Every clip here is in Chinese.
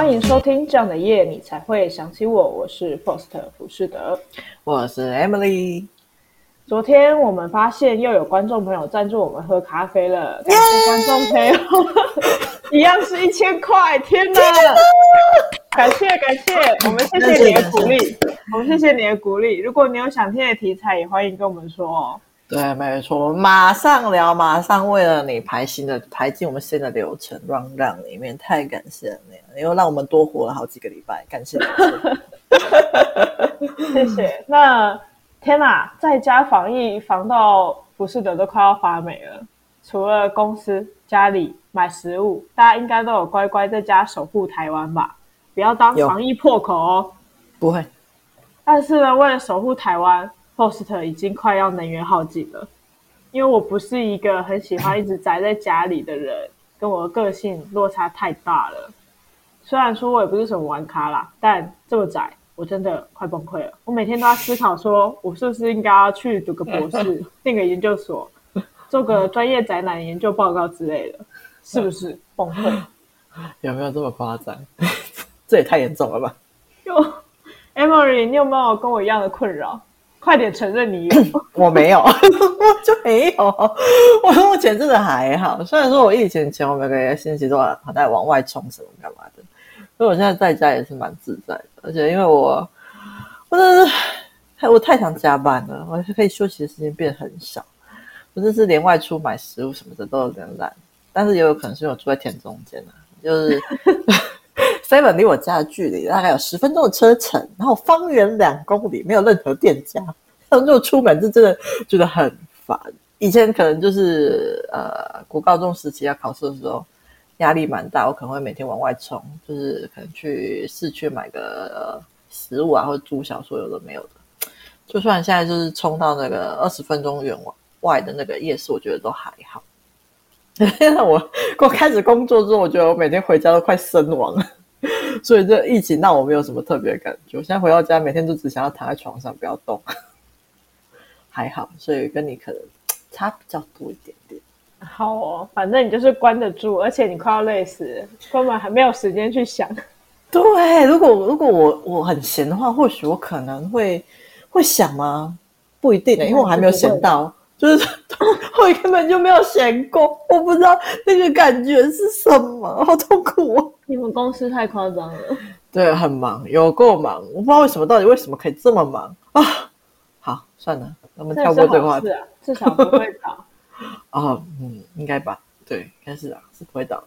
欢迎收听这样的夜你才会想起我，我是 Post 福士德， 我是 Emily。 昨天我们发现又有观众朋友赞助我们喝咖啡了，感谢观众朋友，一样是1000块，天哪！感谢，我们谢谢你的鼓励，我们谢谢你的鼓励。如果你有想听的题材，也欢迎跟我们说哦。 对，没错，马上聊，马上为了你排进我们新的流程 rundown 里面，太感谢了你又让我们多活了好几个礼拜，感谢。 谢谢。那天哪，在家防疫防到福士德都快要发霉了。除了公司、家里买食物，大家应该都有乖乖在家守护台湾吧？不要当防疫破口哦。 不会。 但是呢，为了守护台湾 ，Post 已经快要能源耗尽了。因为我不是一个很喜欢一直宅在家里的人，跟我的个性落差太大了。虽然说我也不是什么玩咖啦，但这么宅，我真的快崩溃了。我每天都要思考说，我是不是应该要去读个博士，念个研究所，做个专业宅男研究报告之类的，是不是崩溃？ 有没有这么夸张？这也太严重了吧 ！Emily， 你有没有跟我一样的困扰？快点承认你有。 我没有，我就没有。我目前真的还好，虽然说我疫情前我每个星期都还在往外冲什么干嘛的，所以我现在在家也是蛮自在的。而且因为我真的是我太常加班了，我可以休息的时间变得很少。我真是连外出买食物什么的都有点懒，但是也有可能是因为我住在田中间啊，就是7-Eleven 离我家的距离大概有10分钟的车程，然后方圆2公里没有任何店家，然后就出门就真的觉得很烦。以前可能就是国高中时期要考试的时候压力蛮大，我可能会每天往外冲，就是可能去市区买个食物啊，或者租小说有的没有的。就算现在就是冲到那个20分钟远外的那个夜市，我觉得都还好。我开始工作之后，我觉得我每天回家都快身亡了。所以这疫情让我没有什么特别的感觉，我现在回到家每天都只想要躺在床上不要动，还好，所以跟你可能差比较多一点点。 好哦，反正你就是关得住，而且你快要累死了，根本还没有时间去想。 对，如果我很闲的话，或许我可能会想吗？不一定的，因为我还没有闲到，就是我根本就没有闲过，我不知道那个感觉是什么，好痛苦哦。 你们公司太夸张了。 对，很忙，有够忙，我不知道为什么可以这么忙啊！好，算了，我们跳过这个话题。 是啊，至少不会倒。 应该吧？对，应该是啊，是不会倒。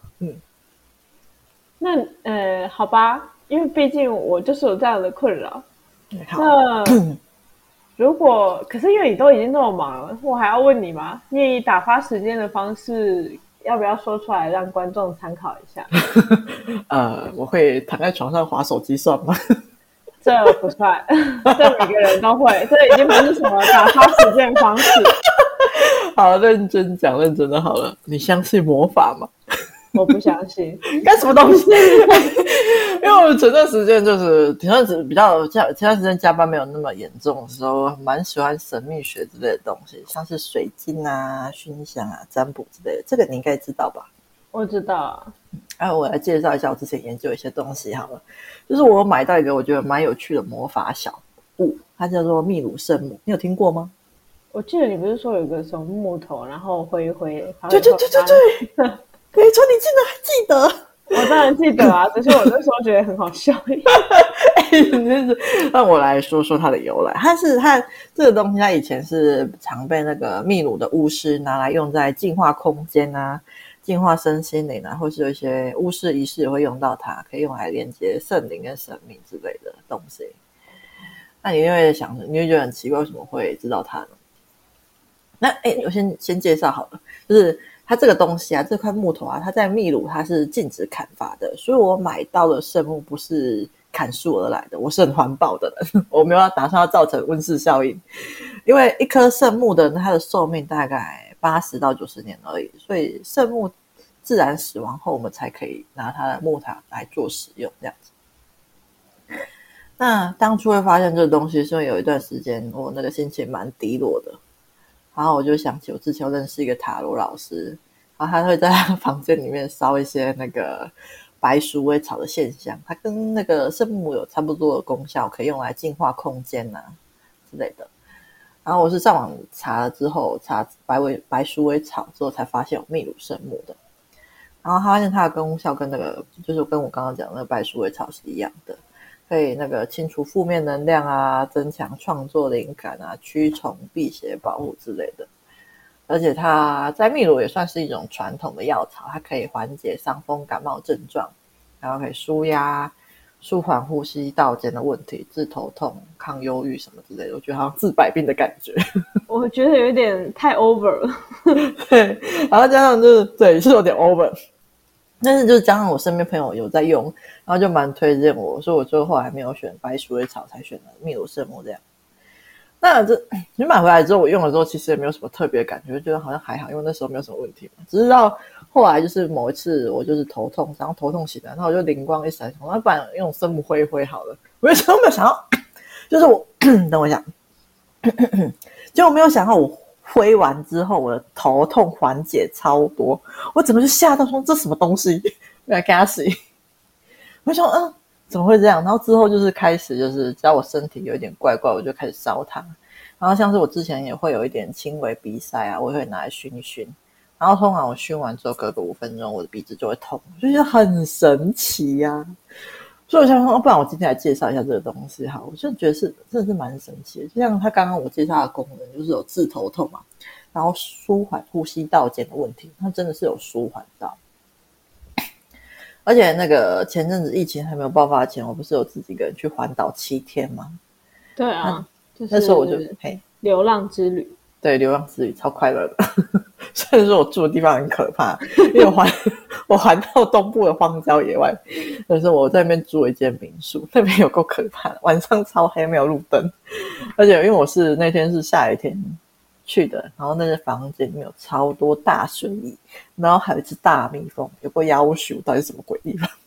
那好吧，因为毕竟我就是有这样的困扰。那如果可是因为你都已经那么忙了，我还要问你吗？你以打发时间的方式，要不要说出来让观众参考一下？ 我会躺在床上滑手机算吗？ 这不算，这每个人都会，这已经不是什么打发时间方式。 好，认真讲，认真的好了。你相信魔法吗？ 我不相信。 干什么东西？因为我前段时间就是前段时间加班没有那么严重的时候，蛮喜欢神秘学之类的东西，像是水晶啊、熏香啊、占卜之类的。这个你应该知道吧？ 我知道啊。 我来介绍一下我之前研究一些东西好了。就是我买到一个我觉得蛮有趣的魔法小物，它叫做秘鲁圣木，你有听过吗？ 我记得你不是说有个什么木头，然后挥， 对，没错，你竟然还记得。 我当然记得啊，只是我那时候觉得很好笑。 让我来说说它的由来。它这个东西，它以前是常被那个秘鲁的巫师拿来用在净化空间啊、净化身心灵啊，或是有一些巫师仪式也会用到它，可以用来连接圣灵跟神明之类的东西。那你会觉得很奇怪，为什么会知道它呢？那我先介绍好了，就是它这个东西啊，这块木头啊，它在秘鲁它是禁止砍伐的，所以我买到的圣木不是砍树而来的，我是很环保的人，我没有打算要造成温室效应，因为一棵圣木的它的寿命大概80到90年而已，所以圣木自然死亡后，我们才可以拿它的木塔来做使用这样子。那当初会发现这个东西，是因为有一段时间我那个心情蛮低落的。然后我就想起我之前认识一个塔罗老师，然后他会在他房间里面烧一些那个白鼠尾草的线香，它跟那个圣木有差不多的功效，可以用来净化空间啊之类的。然后我是上网查了之后，查白鼠尾草之后才发现有秘鲁圣木的。然后发现它的功效跟那个就是跟我刚刚讲的那个白鼠尾草是一样的，可以那个清除负面能量啊，增强创作灵感啊，驱虫、辟邪、保护之类的。而且它在秘鲁也算是一种传统的药草，它可以缓解伤风感冒症状，然后可以舒压、舒缓呼吸道间的问题，治头痛、抗忧郁什么之类的。我觉得好像治百病的感觉。 我觉得有点太 over 了。 对，然后加上就是对，是有点 over。但是就是加上我身边朋友有在用，然后就蛮推荐我，所以我最后还没有选白鼠尾草，才选了秘鲁圣木这样。那你买回来之后，我用了之后其实也没有什么特别的感觉，觉得好像还好，因为那时候没有什么问题嘛。只是到后来就是某一次我就是头痛，然后头痛醒来，然后我就灵光一闪，那不然用圣木挥一挥好了。我就没有想到，就是我等我一下，结果没有想到我挥完之后，我的头痛缓解超多，我整个就吓到说这什么东西，来给他洗。我就说怎么会这样？然后之后就是开始就是只要我身体有一点怪怪，我就开始烧它。然后像是我之前也会有一点轻微鼻塞啊，我也会拿来熏一熏。然后通常我熏完之后隔个5分钟，我的鼻子就会痛，就觉得很神奇呀。所以我想说，不然我今天来介绍一下这个东西好，我就觉得真的是蛮神奇的。就像它刚刚我介绍的功能，就是有治头痛嘛，然后舒缓呼吸道间的问题，它真的是有舒缓到。而且那个前阵子疫情还没有爆发前，我不是有自己一个人去环岛7天吗？ 对啊，就是那时候我就流浪之旅。 对，流浪之旅超快乐的。虽然说我住的地方很可怕，因为我环到东部的荒郊野外，但是我在那边住了一间民宿，那边有够可怕的，晚上超黑，没有路灯，而且因为我是那天是下雨天去的，然后那个房间里面有超多大水蚁，然后还有一只大蜜蜂，有个夭寿，到底是什么鬼地方？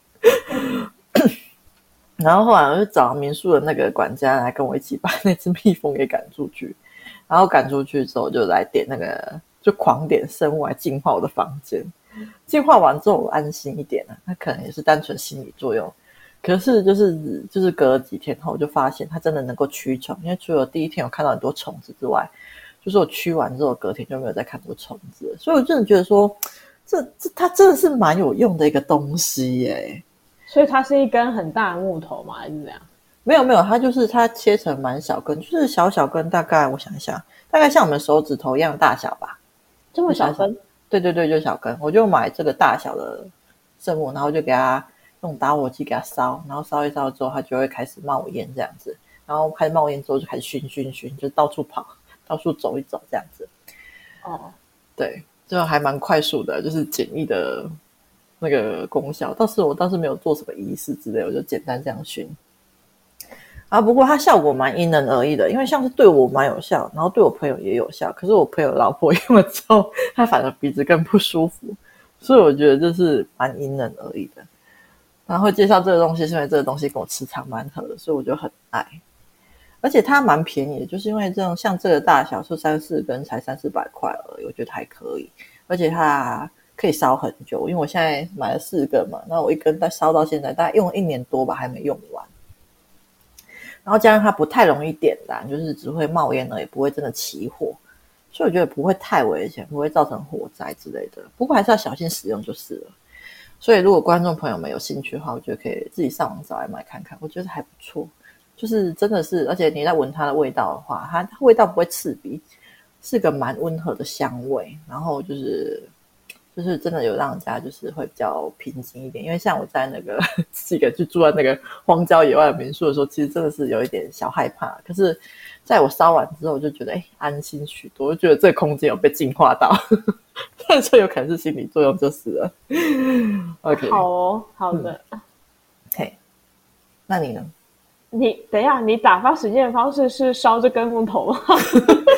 然后后来我就找民宿的那个管家来跟我一起把那只蜜蜂给赶出去，然后赶出去之后就来点那个，就狂点生物来净化我的房间。净化完之后我安心一点了，那可能也是单纯心理作用。可是就是隔了几天后，我就发现它真的能够驱虫，因为除了第一天有看到很多虫子之外，就是我驱完之后隔天就没有再看过虫子了。所以我真的觉得说，它真的是蛮有用的一个东西耶。 所以它是一根很大的木头吗？还是怎样？ 没有，它切成蛮小根，就是小根，大概我想一下，大概像我们手指头一样大小吧。 这么小根？ 对，就小根。我就买这个大小的圣木，然后就给它用打火机给它烧，然后烧一烧之后，它就会开始冒烟这样子。然后开始冒烟之后就开始熏，就到处跑，到处走一走这样子。 哦， 对，就还蛮快速的，就是简易的那个功效。我倒是没有做什么仪式之类，我就简单这样熏。不过它效果蛮因人而异的，因为像是对我蛮有效，然后对我朋友也有效，可是我朋友老婆用了之后，她反而鼻子更不舒服，所以我觉得这是蛮因人而异的。然后介绍这个东西是因为这个东西跟我磁场蛮合的，所以我就很爱。而且它蛮便宜的，就是因为这种像这个大小是3-4根才300-400块而已，我觉得还可以。而且它可以烧很久，因为我现在买了4根嘛，那我一根烧到现在大概用了1年多吧，还没用完。然后加上它不太容易点燃，就是只会冒烟而已，不会真的起火，所以我觉得不会太危险，不会造成火灾之类的。不过还是要小心使用就是了。所以如果观众朋友们有兴趣的话，我觉得可以自己上网找来买看看，我觉得还不错。就是真的是，而且你在闻它的味道的话，它味道不会刺鼻，是个蛮温和的香味。然后就是真的有让人家就是会比较平静一点，因为像我在那个自己一个人去住在那个荒郊野外的民宿的时候，其实真的是有一点小害怕。可是在我烧完之后，我就觉得安心许多，我就觉得这个空间有被净化到。但是有可能是心理作用就是了。OK， 好哦，好的。 嘿，那你呢？ 你等一下，你打发时间的方式是烧这根木头吗？你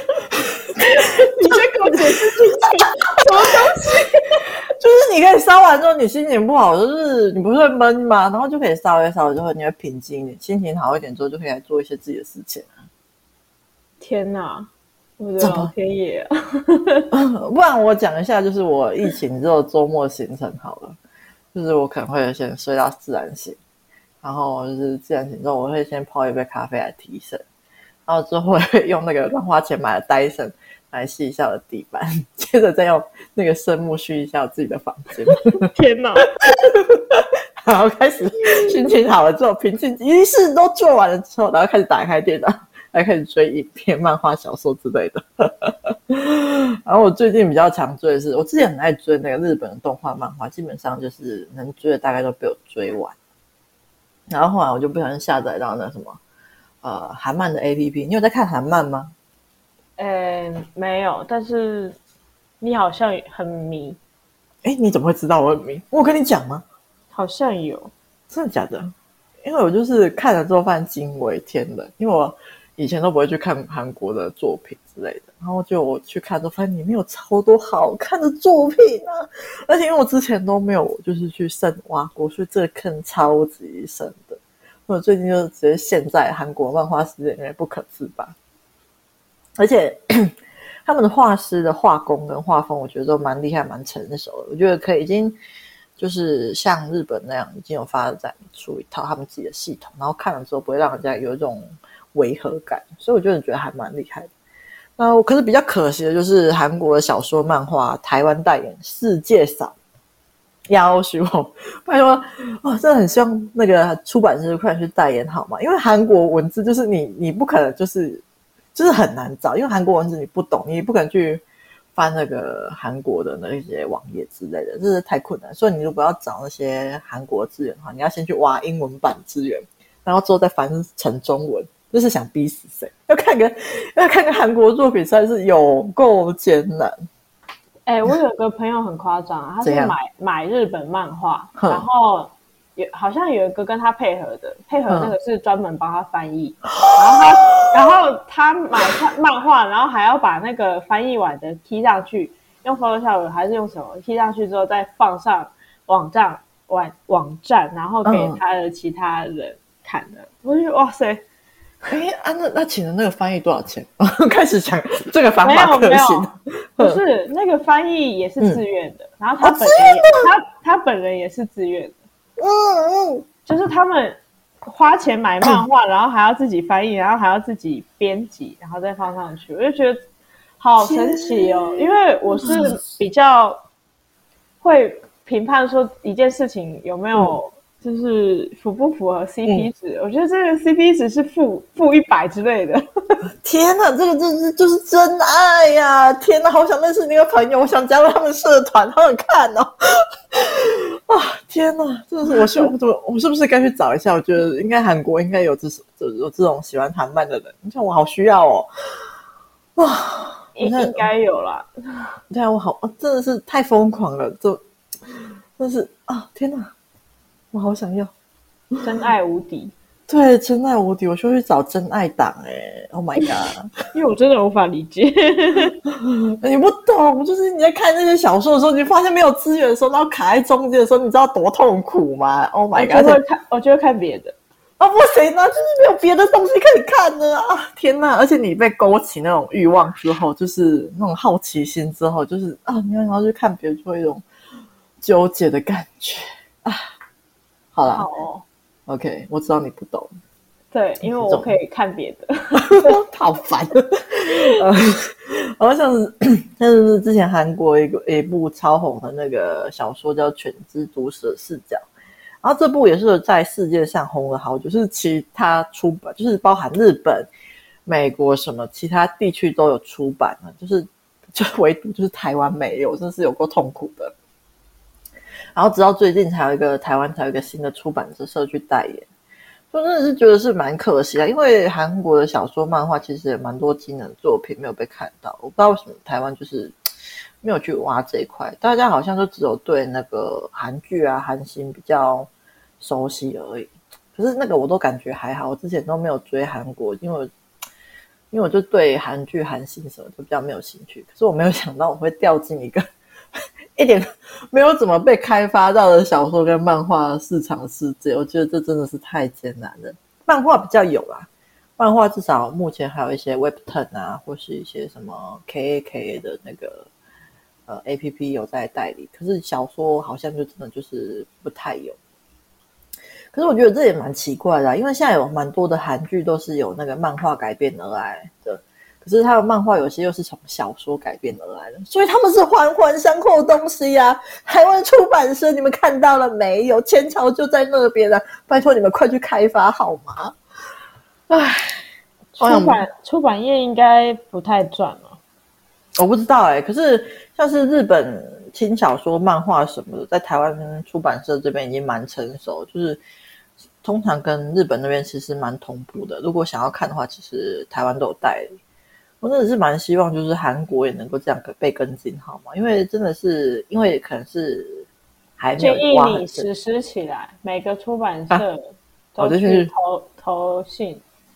先给我解释清楚，什么东西？ 就是你可以烧完之后，你心情不好，就是你不是会闷吗？然后就可以烧一烧之后，你会平静一点，心情好一点之后，就可以来做一些自己的事情啊。 天哪，我的老天爷啊！ 不然我讲一下，就是我疫情之后周末行程好了。 就是我可能会先睡到自然醒，然后就是自然醒之后，我会先泡一杯咖啡来提神，然后之后会用那个乱花钱买的Dyson来吸一下我的地板，接着再用那个生木熏一下我自己的房间。 天哪！ 然后开始心情好了之后，平静仪式都做完了之后，然后开始打开电脑，来开始追影片、漫画、小说之类的。然后我最近比较常追的是，我之前很爱追那个日本的动画漫画，基本上就是能追的大概都被我追完。然后后来我就不小心下载到那什么韩漫的 APP。你有在看韩漫吗？ 没有，但是你好像很迷。 你怎么会知道我很迷？我有跟你讲吗？ 好像有。 真的假的？因为我就是看了之后发现惊为天人，因为我以前都不会去看韩国的作品之类的，然后就我去看之后发现里面有超多好看的作品啊，而且因为我之前都没有就是去深挖过，所以这个坑超级深的。我最近就直接陷在韩国漫画世界里面不可自拔，而且他们的画师的画工跟画风我觉得都蛮厉害蛮成熟的，我觉得可以已经就是像日本那样已经有发展出一套他们自己的系统，然后看了之后不会让人家有一种违和感，所以我觉得还蛮厉害的。那可是比较可惜的就是韩国的小说漫画台湾代言世界少，要求我拜托真的很希望那个出版社快点去代言好吗？因为韩国文字就是你不可能就是很难找，因为韩国文字你不懂，你不可能去翻那个韩国的那些网页之类的，这是太困难。所以你如果要找那些韩国资源的话，你要先去挖英文版资源，然后之后再翻成中文，这是想逼死谁？要看个韩国作品实在是有够艰难。 我有个朋友很夸张啊，他是买日本漫画，然后好像有一个跟他配合的那个是专门帮他翻译，然后他买漫画，然后还要把那个翻译完的贴上去，用 Photoshop 还是用什么贴上去之后再放上网站，然后给他的其他人看的。我就觉得哇塞！ 那请的那个翻译多少钱？开始想这个方法可行。 不是那个翻译也是自愿的，然后他本人也是自愿的。就是他们花钱买漫画，然后还要自己翻译，然后还要自己编辑，然后再放上去，我就觉得好神奇哦！因为我是比较会评判说一件事情有没有就是符不符合 CP 值，我觉得这个 CP 值是负100之类的。 天哪，这个就是真爱呀！天哪，好想认识那个朋友，我想加入他们社团，好想看哦！天哪，真的是我是不是该去找一下？我觉得应该韩国应该有这种喜欢韩漫的人，你看我好需要哦！ 应该有啦。 对啊，我好真的是太疯狂了，真是天哪！我好想要真爱无敌。 对，真爱无敌，我就去找真爱党Oh my god！ 因为我真的无法理解。 你不懂，就是你在看那些小说的时候，你发现没有资源的时候，然后卡在中间的时候，你知道多痛苦吗 ？Oh my god！ 我就会看别的。 不行啊，就是没有别的东西可以看的啊！天哪！而且你被勾起那种欲望之后，就是那种好奇心之后，就是你要去看别人，就会有一种纠结的感觉好啦， 好 OK， 我知道你不懂。 对，因为我可以看别的。 好烦。然后像是之前韩国一部超红的那个小说叫《犬之毒舌视角》，然后这部也是在世界上红了好久，就是其他出版就是包含日本、美国什么其他地区都有出版了，就唯独就是台湾没有，真是有够痛苦的。然后直到最近台湾才有一个新的出版社去代言，就真的是觉得是蛮可惜的，因为韩国的小说漫画其实也蛮多惊人的作品没有被看到，我不知道为什么台湾就是没有去挖这一块，大家好像就只有对那个韩剧啊韩星比较熟悉而已，可是那个我都感觉还好，我之前都没有追韩国，因为我就对韩剧韩星什么就比较没有兴趣，可是我没有想到我会掉进一个一点没有怎么被开发到的小说跟漫画市场世界，我觉得这真的是太艰难了。漫画比较有啦，漫画至少目前还有一些 Webtoon 啊，或是一些什么 KAKA 的那个 APP 有在代理，可是小说好像就真的就是不太有。可是我觉得这也蛮奇怪的因为现在有蛮多的韩剧都是有那个漫画改编而来的，可是他的漫画有些又是从小说改编而来的，所以他们是环环相扣的东西啊。台湾出版社你们看到了没有？前朝就在那边啊，拜托你们快去开发好吗？唉， 出版业应该不太赚了。 我不知道可是像是日本轻小说、漫画什么的，在台湾出版社这边已经蛮成熟，就是通常跟日本那边其实蛮同步的。如果想要看的话，其实台湾都有代理。我真的是蛮希望，就是韩国也能够这样被跟进，好吗？因为真的是，因为可能是还没有建议挖很你实施起来，每个出版社都就去投信。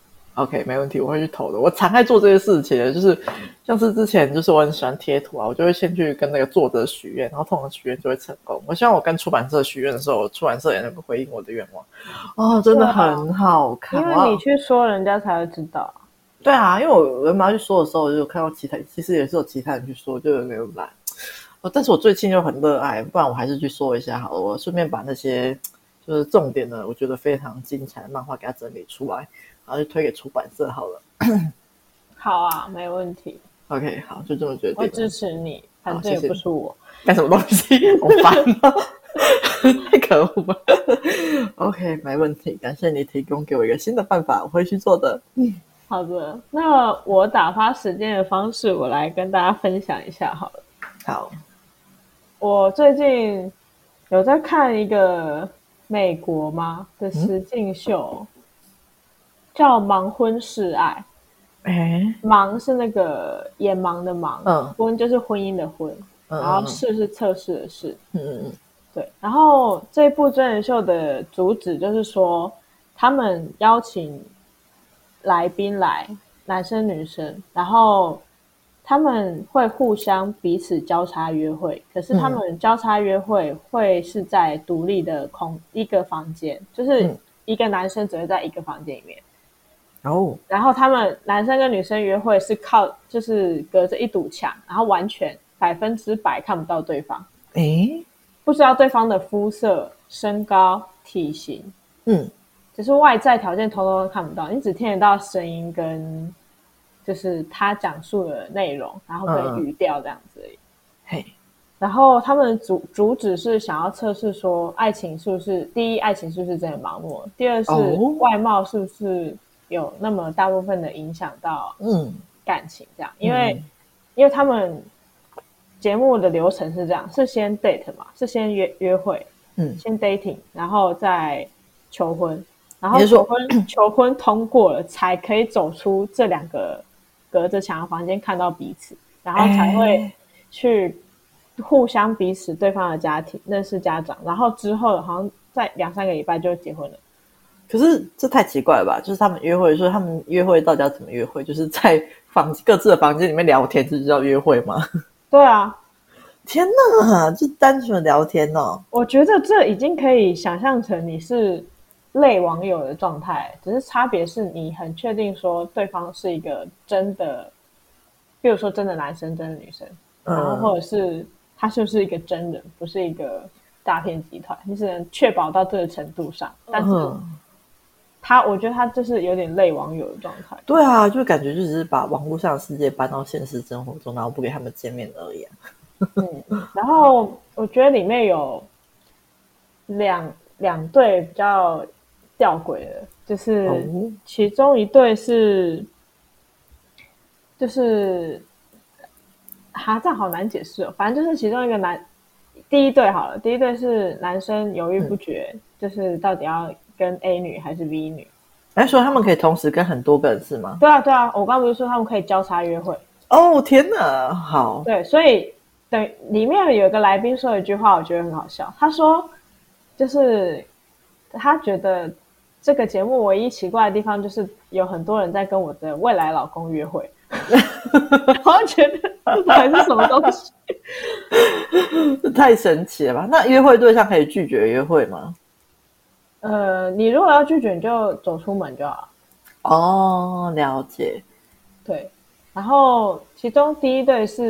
OK， 没问题，我会去投的。我常爱做这些事情，就是像是之前就是我很喜欢贴图啊，我就会先去跟那个作者许愿，然后通常许愿就会成功。我希望我跟出版社许愿的时候，出版社也能够回应我的愿望。哦，真的很好看， 因为你去说，人家才会知道。 对啊，因为我原本要去说的时候，我就看到其实也是有其他人去说，就有点懒。但是我最近就很热爱，不然我还是去说一下好了。我顺便把那些就是重点的，我觉得非常精彩的漫画给它整理出来。然后就推给出版社好了。 好啊，没问题。 OK， 好，就这么决定。 我支持你，反正也不是我。 干什么东西？好烦啊！太可恶了。OK， 没问题，感谢你提供给我一个新的办法，我会去做的。 好的，那我打发时间的方式，我来跟大家分享一下好了。 好， 我最近有在看一个美国的实境秀。叫盲婚试爱。盲是那个眼盲的盲，婚就是婚姻的婚，然后试是测试的试。对。然后这部真人秀的主旨就是说，他们邀请来宾来，男生女生，然后他们会互相彼此交叉约会，可是他们交叉约会会是在独立的一个房间，就是一个男生只会在一个房间里面。然后他们男生跟女生约会是就是隔着一堵墙，然后完全100%看不到对方。不知道对方的肤色、身高、体型，只是外在条件通通都看不到，你只听得到声音跟就是他讲述的内容，然后跟语调这样子而已。然后他们的主旨是想要测试说，爱情是不是第一，爱情是不是真的盲目；第二是外貌是不是有那么大部分的影响到感情这样。因为他们节目的流程是这样，是先 date 嘛，是先约会，先 dating， 然后再求婚，然后求婚通过了才可以走出这两个隔着墙的房间看到彼此，然后才会去互相彼此对方的家庭认识家长，然后之后好像在2-3个礼拜就结婚了。 可是这太奇怪了吧？就是他们约会，说他们约会到底要怎么约会？就是在各自的房间里面聊天，这就叫约会吗？ 对啊。 天哪，就单纯的聊天哦。 我觉得这已经可以想象成你是类网友的状态，只是差别是你很确定说对方是一个真的，比如说真的男生真的女生，然后或者是他就是一个真人，不是一个诈骗集团，你只能确保到这个程度上。但是我觉得他就是有点类网友的状态。 对啊，就感觉就只是把网络上的世界搬到现实生活中，然后不给他们见面而已。 然后我觉得里面有两对比较吊诡的，就是其中一对是就是这样好难解释哦。反正就是其中一个第一对好了，第一对是男生犹豫不决，就是到底要跟 A 女还是 B 女。 所以他们可以同时跟很多个人是吗？ 对啊，我刚不是说他们可以交叉约会？ 天哪，好。 对，所以里面有一个来宾说一句话，我觉得很好笑。他说，就是他觉得这个节目唯一奇怪的地方，就是有很多人在跟我的未来老公约会。我觉得这还是什么东西？ 太神奇了吧？那约会对象可以拒绝约会吗？ 你如果要拒绝，你就走出门就好。 了解。 对，然后其中第一对是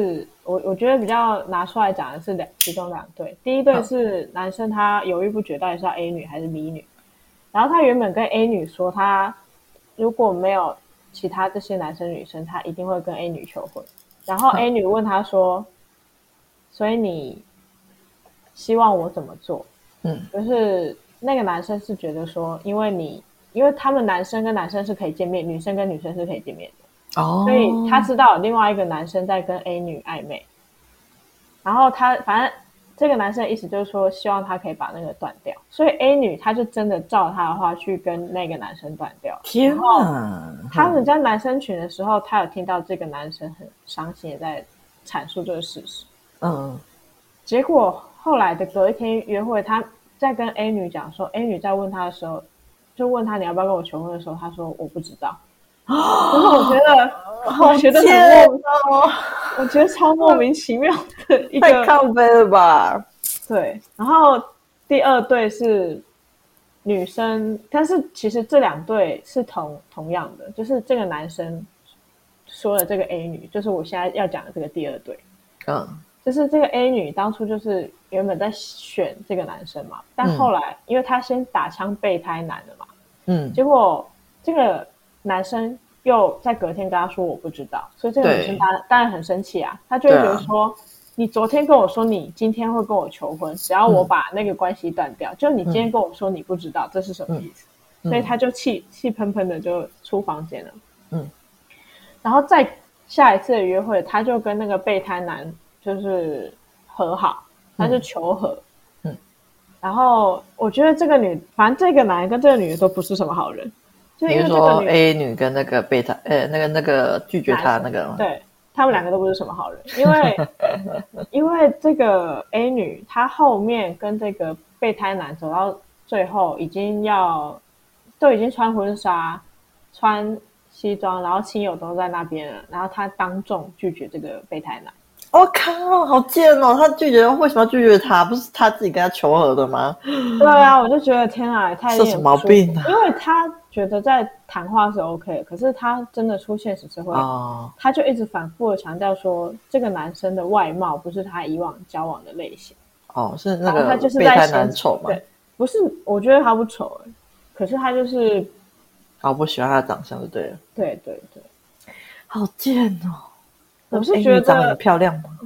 我觉得比较拿出来讲的是其中2对。第一对是男生，他犹豫不决到底是要 A 女还是 B 女，然后他原本跟 A 女说，他如果没有其他这些男生女生，他一定会跟 A 女求婚。然后 A 女问他说，所以你希望我怎么做？就是那个男生是觉得说，因为他们男生跟男生是可以见面，女生跟女生是可以见面的，所以他知道有另外一个男生在跟 A 女暧昧，然后他反正这个男生的意思就是说，希望他可以把那个断掉，所以 A 女他就真的照他的话去跟那个男生断掉。 天哪！ 他们在男生群的时候，他有听到这个男生很伤心的在阐述这个事实。结果后来的隔一天约会，他在跟 A 女讲说 ，A 女在问他的时候，就问他你要不要跟我求婚的时候，他说我不知道。可是我觉得很莫名，我觉得超莫名其妙的一个， 太靠背了吧？ 对。然后第2对是女生，但是其实这2对是同样的，就是这个男生说的这个 A 女，就是我现在要讲的这个第2对。就是这个 A 女当初就是原本在选这个男生嘛，但后来因为她先打枪备胎男了嘛，结果这个男生又在隔天跟她说我不知道，所以这个女生当然很生气啊，她就会觉得说，你昨天跟我说你今天会跟我求婚，只要我把那个关系断掉，就你今天跟我说你不知道，这是什么意思？所以她就气喷喷的就出房间了。然后再下一次的约会，她就跟那个备胎男就是和好，他就求和。然后我觉得反正这个男的跟这个女的都不是什么好人。就因为这个说 A 女跟那个备胎，那个拒绝他那个， 对，他们2个都不是什么好人，因为这个 A 女她后面跟这个备胎男走到最后，都已经穿婚纱、穿西装，然后亲友都在那边了，然后她当众拒绝这个备胎男。 我靠，好贱哦！他拒绝，为什么要拒绝他？不是他自己跟他求和的吗？ 对啊，我就觉得天啊，太这什么毛病啊！ 因为他觉得在谈话是 OK 的，可是他真的出现实社会，他就一直反复的强调说，这个男生的外貌不是他以往交往的类型。 是那个备胎男丑吗？ 对，不是，我觉得他不丑，可是他就是不喜欢他的长相就对了。 对， 好贱哦！ 我是觉得长得很漂亮吗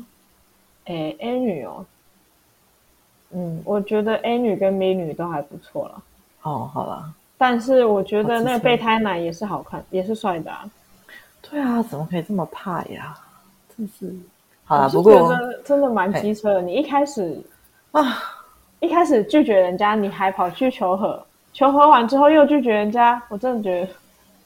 ？A 女哦，我觉得 A 女跟 B 女都还不错了。 好啦。 但是我觉得那个备胎男也是好看，也是帅的啊。 对啊，怎么可以这么怕呀？真是。好啦， 不过我觉得真的蛮机车的。你一开始拒绝人家，你还跑去求和，求和完之后又拒绝人家，我真的觉得。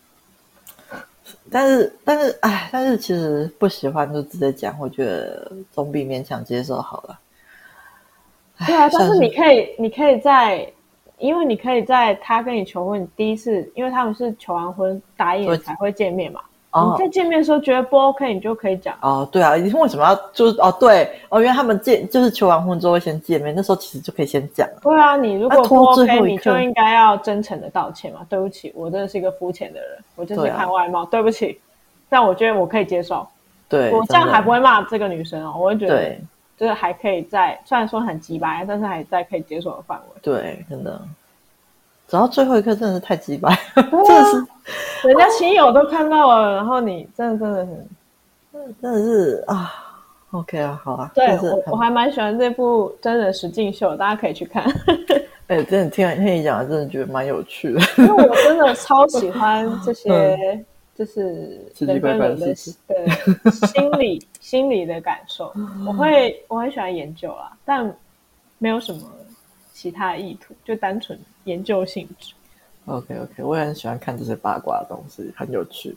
但是其实不喜欢就直接讲，我觉得总比勉强接受好了。 对啊，但是你可以因为你可以在他跟你求婚第一次，因为他们是求完婚答应才会见面嘛。你在见面的时候觉得不 OK， 你就可以讲。 对啊，你为什么要就是因为他们就是求完婚之后会先见面，那时候其实就可以先讲。 对啊，你如果不 OK，你就应该要真诚的道歉嘛。对不起，我真的是一个肤浅的人，我就是看外貌，对不起。但我觉得我可以接受。 对， 我这样还不会骂这个女生哦，我会觉得对， 就是还可以在，虽然说很鸡掰，但是还在可以接受的范围。 对，真的。走到最后一刻真的是太鸡掰，真的是， 人家亲友都看到了，然后你真的是OK 啊，好啊。 对，我还蛮喜欢这部真人实境秀，大家可以去看。 真的听你讲，真的觉得蛮有趣的， 因为我真的超喜欢这些，就是人跟人的心理的感受，我很喜欢研究啦，但没有什么其他的意图，就单纯研究性质。 OK， 我也很喜欢看这些八卦的东西，很有趣。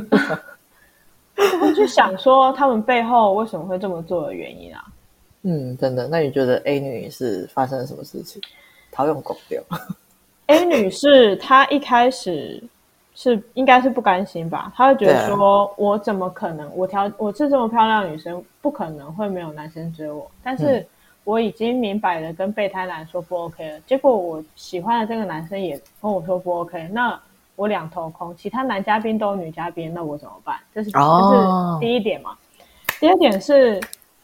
我会去想说他们背后为什么会这么做的原因啊。 真的。那你觉得 A 女是发生了什么事情？讨用狗掉。 A 女士她一开始应该是不甘心吧，她会觉得说，我怎么可能，我是这么漂亮的女生，不可能会没有男生追我，但是我已经明摆的跟备胎男说不 OK 了，结果我喜欢的这个男生也跟我说不 OK， 那我两头空，其他男嘉宾都有女嘉宾，那我怎么办？这是第一点嘛。第二点是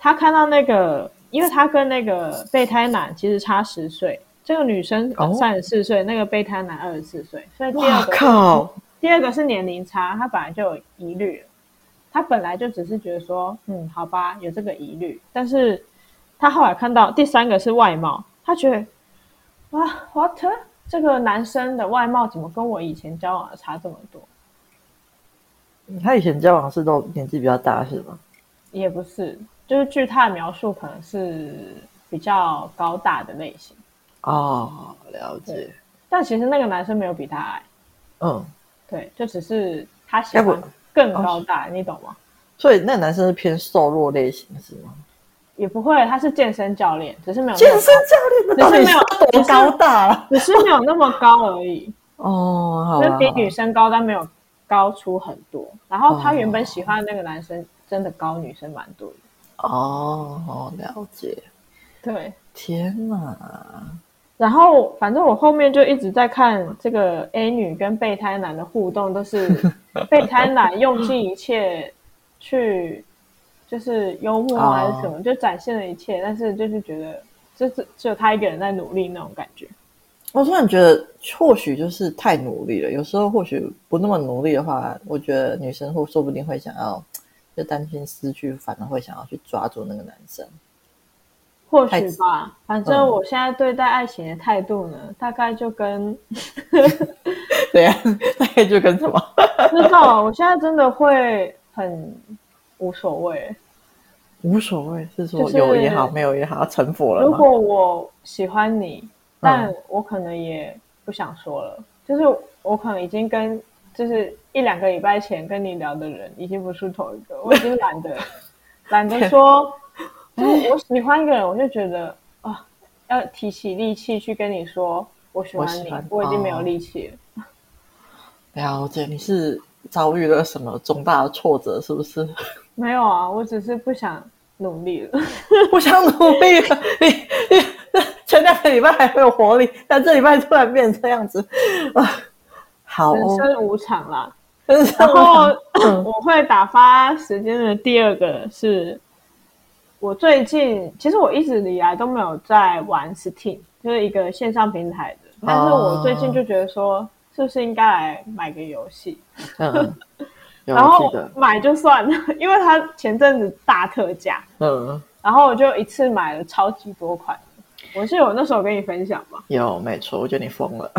他看到那个，因为他跟那个备胎男其实差10岁，这个女生34岁，那个备胎男24岁，所以第二个是年龄差，他本来就有疑虑了。他本来就只是觉得说，好吧，有这个疑虑，但是他后来看到第三个是外貌，他觉得哇 ，what 这个男生的外貌怎么跟我以前交往的差这么多？ 他以前交往是都年纪比较大是吗？ 也不是，就是据他的描述，可能是比较高大的类型。 哦，了解。 但其实那个男生没有比他矮。对，就只是他喜欢更高大，你懂吗？ 所以那个男生是偏瘦弱类型是吗？ 也不会，他是健身教练，只是没有健身教练，只是没有多高大了， 只是没有那么高而已。 好就是比女生高，但没有高出很多。然后他原本喜欢的那个男生真的高女生蛮多的。 了解。 对， 天哪！ 然后反正我后面就一直在看这个 A 女跟备胎男的互动，都是备胎男用尽一切去就是幽默还是什么，就展现了一切，但是就是觉得就是只有他一个人在努力那种感觉。 我突然觉得或许就是太努力了，有时候或许不那么努力的话，我觉得女生说不定会想要就担心失去，反而会想要去抓住那个男生。 或许吧，反正我现在对待爱情的态度呢，大概就跟对啊，大概就跟什么？ 不知道，我现在真的会很无所谓。 无所谓是说有也好，没有也好，成佛了吗？ 如果我喜欢你，但我可能也不想说了，就是我可能已经跟就是1-2个礼拜前跟你聊的人已经不是同一个，我已经懒得说。就是我喜欢一个人，我就觉得要提起力气去跟你说我喜欢你，我已经没有力气了。 了解，你是遭遇了什么重大的挫折是不是？ 没有啊，我只是不想努力了。 不想努力了，你前2个礼拜还很有活力，但这礼拜突然变成这样子好人生无常啦。然后我会打发时间的第二个是我最近其实我一直以来都没有在玩 Steam， 就是一个线上平台的，但是我最近就觉得说是不是应该来买个游戏。然后买就算了，因为它前阵子大特价，然后我就一次买了超级多款。我记得我那时候跟你分享吧？ 有，没错，我觉得你疯了。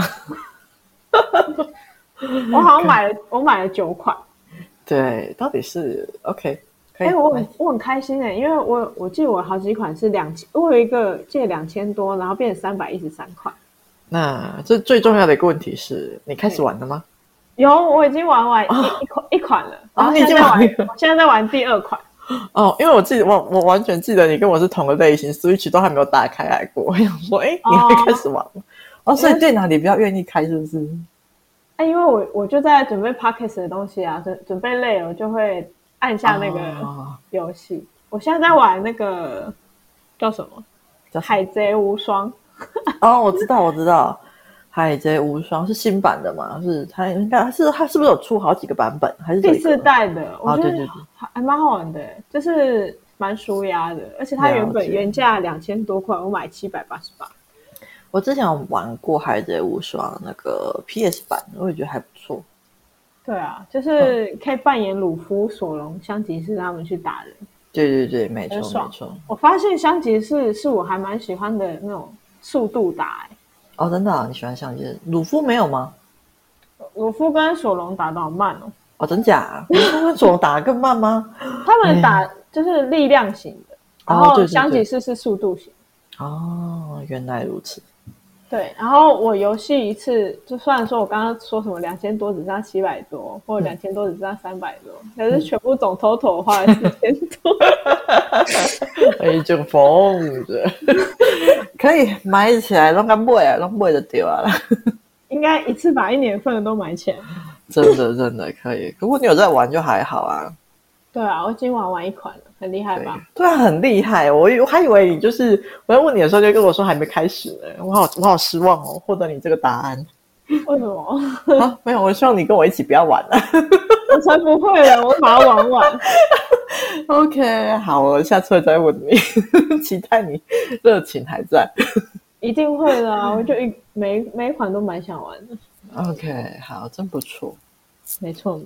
我好像买了9款。 对，到底是 OK。 我很开心因为我记得我好几款是2000，我有一个借2000多，然后变成313块。 那这最重要的一个问题是，你开始玩了吗？ 有，我已经玩完一款了，然后你已经玩了， 我现在在玩第2款。 因为我记得我完全记得你跟我是同个类型 ，Switch 都还没有打开来过。我想说，你会开始玩了？所以电脑你比较愿意开，是不是？ 因为我就在准备 Podcast 的东西啊，准备累了，我就会按下那个游戏。我现在在玩那个叫什么？海贼无双。 我知道，海贼无双是新版的嘛？是它应该它是不是有出好几个版本？还是第4代的？我觉得对， 还蛮好玩的，就是蛮舒压的，而且它原价2000多块，我买788。 我之前有玩过海贼无双那个 PS 版，我也觉得还不错。 对啊，就是可以扮演鲁夫、索隆、香吉士他们去打人。 对，没错。 我发现香吉士是我还蛮喜欢的那种速度打。 真的你喜欢香吉士？鲁夫没有吗？ 鲁夫跟索隆打得好慢真假？鲁夫跟索隆打得更慢吗？ 他们打就是力量型的，然后香吉士是速度型。 原来如此。 对，然后我游戏一次，就虽然说我刚刚说什么2000多只剩700多，或者2000多只剩300多，可是全部总 total 花了4000多。 就疯着，可以买起来，弄买就对了。 应该一次把1年份的都买起来。 真的可以。如果你有在玩就还好啊。 对啊，我已经玩完1款了，很厉害吧？ 对啊，很厉害。我还以为你就是我在问你的时候就跟我说还没开始呢，我好失望获得你这个答案。 为什么？ 没有，我希望你跟我一起不要玩了。 我才不会了，我把它玩完。 OK， 好，我下次会再问你，期待你热情还在。 一定会的啊！我就每一款都蛮想玩的。 OK， 好，真不错。 没错。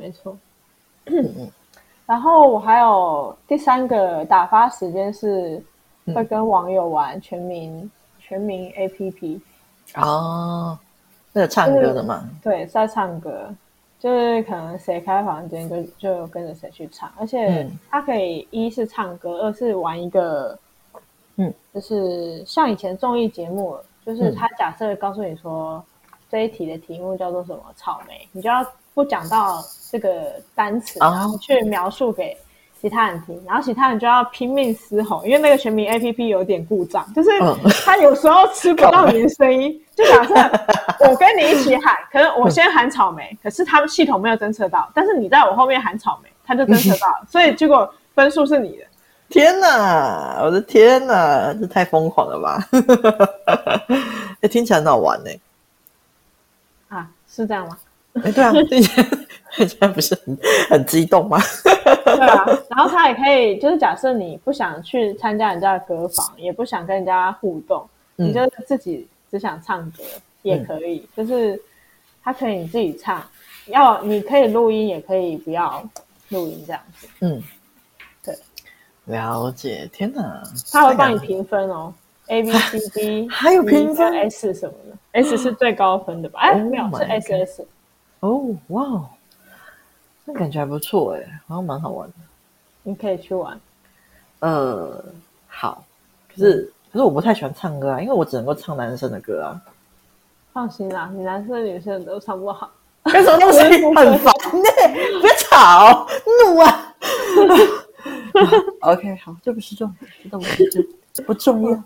然后我还有第3个打发时间是会跟网友玩全民 APP。 哦，那个唱歌的嘛。 对，在唱歌，就是可能谁开房间就跟着谁去唱，而且它可以一是唱歌，二是玩一个，就是像以前综艺节目，就是他假设告诉你说这一题的题目叫做什么草莓，你就要不讲到这个单词，然后去描述给其他人听，然后其他人就要拼命嘶吼，因为那个全民 APP 有点故障，就是他有时候吃不到你的声音。就假设我跟你一起喊，可能我先喊草莓，可是他们系统没有侦测到，但是你在我后面喊草莓，他就侦测到了，所以结果分数是你的。 天哪，我的天哪，这太疯狂了吧！听起来很好玩呢。 啊，是这样吗？ 对啊，听起来不是很激动吗？ 对啊，然后他也可以，就是假设你不想去参加人家的歌房，也不想跟人家互动，你就自己只想唱歌也可以，就是他可以你自己唱，你可以录音，也可以不要录音这样子。对， 了解。天哪， 他会帮你评分哦。A B C D 还有评分 S 什么的 ，S 是最高分的吧？没有，是 SS。 哦，哇，那感觉还不错哎，好像蛮好玩的。 你可以去玩。 好，可是我不太喜欢唱歌啊，因为我只能够唱男生的歌啊。 放心啦，你男生女生都唱不好。 干什么东西？很烦不要吵，怒啊！OK， 好，这不是重点，这不重要。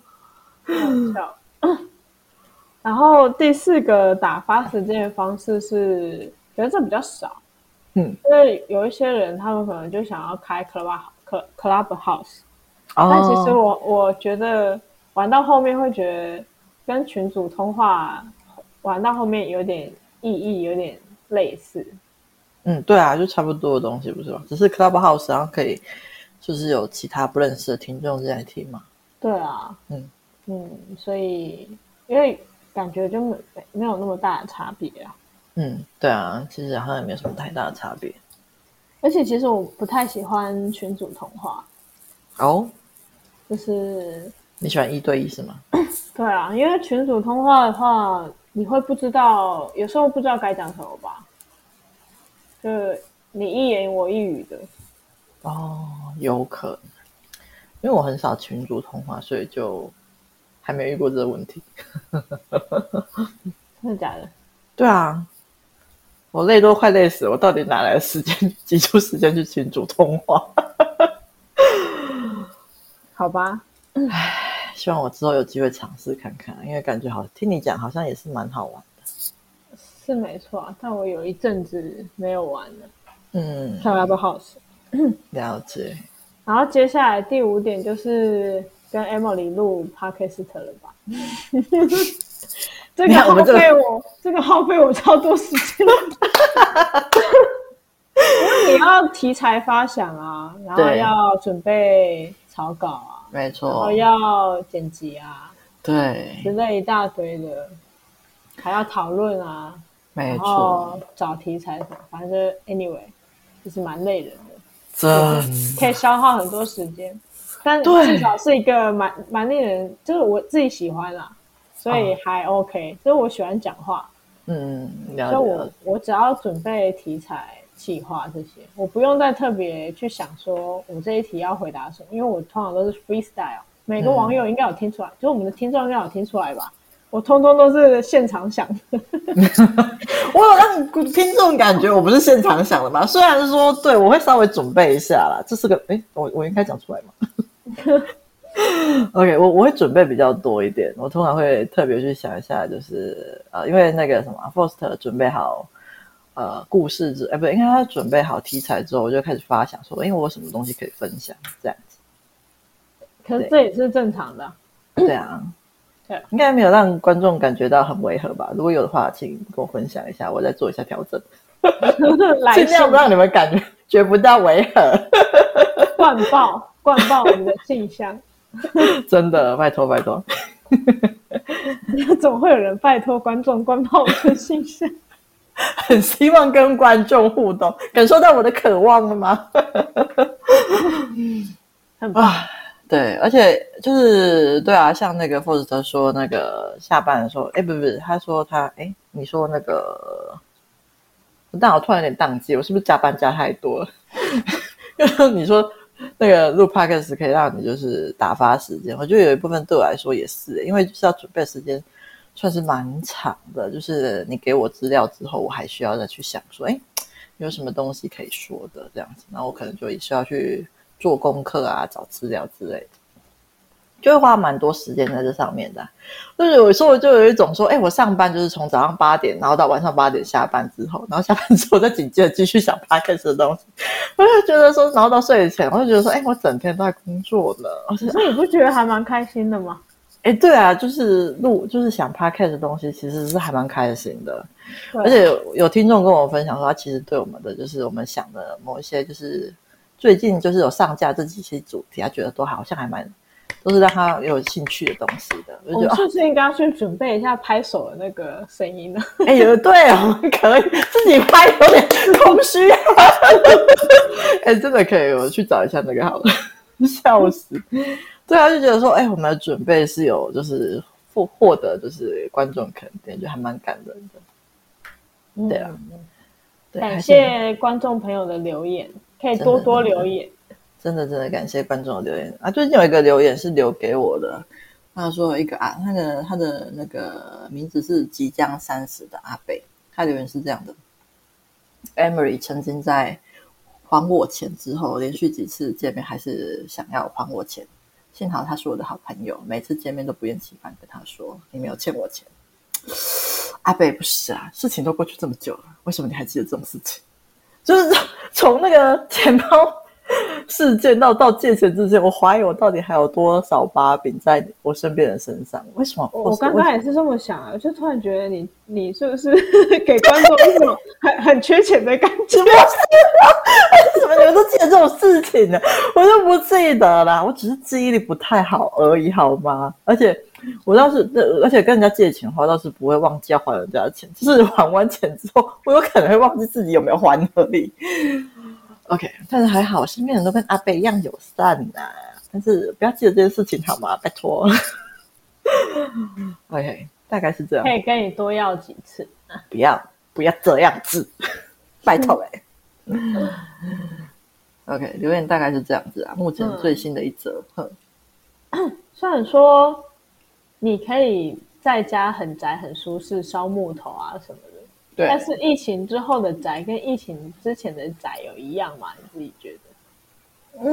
然后第4个打发时间的方式是，觉得这比较少。因为有一些人他们可能就想要开 Clubhouse，但其实我觉得玩到后面会觉得跟群组通话玩到后面有点意义，有点类似。 对啊，就差不多的东西不是吗？只是 Clubhouse 然后可以就是有其他不认识的听众进来听嘛。 对啊，所以因为感觉就没有那么大的差别啊。 对啊，其实好像也没有什么太大的差别。 而且其实我不太喜欢群组通话。就是你喜欢1对1是吗？ 对啊，因为群组通话的话，你会不知道，有时候不知道该讲什么吧，就你一言我一语的。 有可能，因为我很少群组通话，所以就还没遇过这个问题。 真的假的？ 对啊，我累都快累死了，我到底哪来的时间挤出时间去群组通话？ 好吧， 希望我之后有机会尝试看看，因为感觉听你讲好像也是蛮好玩的。 是没错啊，但我有一阵子没有玩了。Clubhouse。 了解。 然后接下来第5点就是跟 Emily 录 Podcast 了吧？这个耗费我超多时间。因为你要题材发想啊，然后要准备草稿啊， 没错， 然后要剪辑啊， 对， 之类一大堆的，还要讨论啊， 没错， 然后找题材什么，反正 anyway 就是蛮累人的， 真可以消耗很多时间，但至少是一个蛮令人，就是我自己喜欢啦，所以还 OK，就是我喜欢讲话，所以我只要准备题材、企划这些，我不用再特别去想说我这一题要回答什么，因为我通常都是 freestyle， 每个网友应该有听出来，就是我们的听众应该有听出来吧。我通通都是现场想的。 我有让听众感觉我不是现场想的嘛，虽然说对我会稍微准备一下啦，这是个我应该讲出来吗？OK， 我会准备比较多一点，我通常会特别去想一下，就是因为那个什么 Foster 准备好故事不应该他准备好题材之后，我就开始发想说，因为我有什么东西可以分享这样子。 可是这也是正常的。 对啊。应该没有让观众感觉到很违和吧？如果有的话，请跟我分享一下，我再做一下调整。 尽量让你们感觉不到违和。 灌爆我们的信箱。 真的，拜托拜托。 怎么会有人拜托观众灌爆我的信箱？ 很希望跟观众互动，感受到我的渴望了吗？ 很棒。 对，而且就是对啊，像那个 Foster 说那个下班的时候，不是，他说你说那个，但我突然有点宕机，我是不是加班加太多了？你说那个录 podcast 可以让你就是打发时间，我觉得有一部分对我来说也是，因为就是要准备时间算是蛮长的，就是你给我资料之后，我还需要再去想说，有什么东西可以说的这样子，然后我可能就也需要去做功课啊，找资料之类的，就会花蛮多时间在这上面的。就是有时候就有一种说，我上班就是从早上8点，然后到晚上8点下班之后，然后下班之后再紧接着继续想 podcast 的东西，我就觉得说，然后到睡前，我就觉得说，我整天都在工作呢。 可是你不觉得还蛮开心的吗？ 对啊，就是就是想 podcast 的东西，其实是还蛮开心的。而且有听众跟我分享说，他其实对我们的就是我们想的某一些，就是最近就是有上架这几期主题，他觉得都好像还蛮都是让他有兴趣的东西的。我就觉得是不是应该要去准备一下拍手的那个声音呢？ 对，我们可以自己拍，有点空虚啊。真的可以，我去找一下那个好了，笑死。对啊，就觉得说，我们的准备是有就是获得就是观众肯定，就还蛮感人的。对啊， 感谢观众朋友的留言，可以多多留言。 真的感谢观众的留言啊！最近有一个留言是留给我的，他说一个他的那个名字是即将30的阿北，他留言是这样的 ：Emery 曾经在还我钱之后，连续几次见面还是想要还我钱。幸好他是我的好朋友，每次见面都不厌其烦跟他说：“你没有欠我钱。”阿北不是啊，事情都过去这么久了，为什么你还记得这种事情？就是从那个钱包事件到借钱之前，我怀疑我到底还有多少把柄在我身边人身上？为什么？ 我刚刚也是这么想啊，就突然觉得你是不是给观众一种很缺钱的感觉？ 不是为什么你们都记得这种事情呢？我就不记得啦，我只是记忆力不太好而已，好吗？而且跟人家借钱的话，倒是不会忘记要还人家的钱，就是还完钱之后，我有可能会忘记自己有没有还而已。OK， 但是还好，身边人都跟阿贝一样友善啊。但是不要记得这件事情好吗？拜托。OK， 大概是这样。 可以跟你多要几次。 不要这样子，拜托OK， 留言大概是这样子啊。目前最新的一则。 虽然说你可以在家很宅很舒适，烧木头啊什么的。 对， 但是疫情之后的宅跟疫情之前的宅有一样吗？你自己觉得？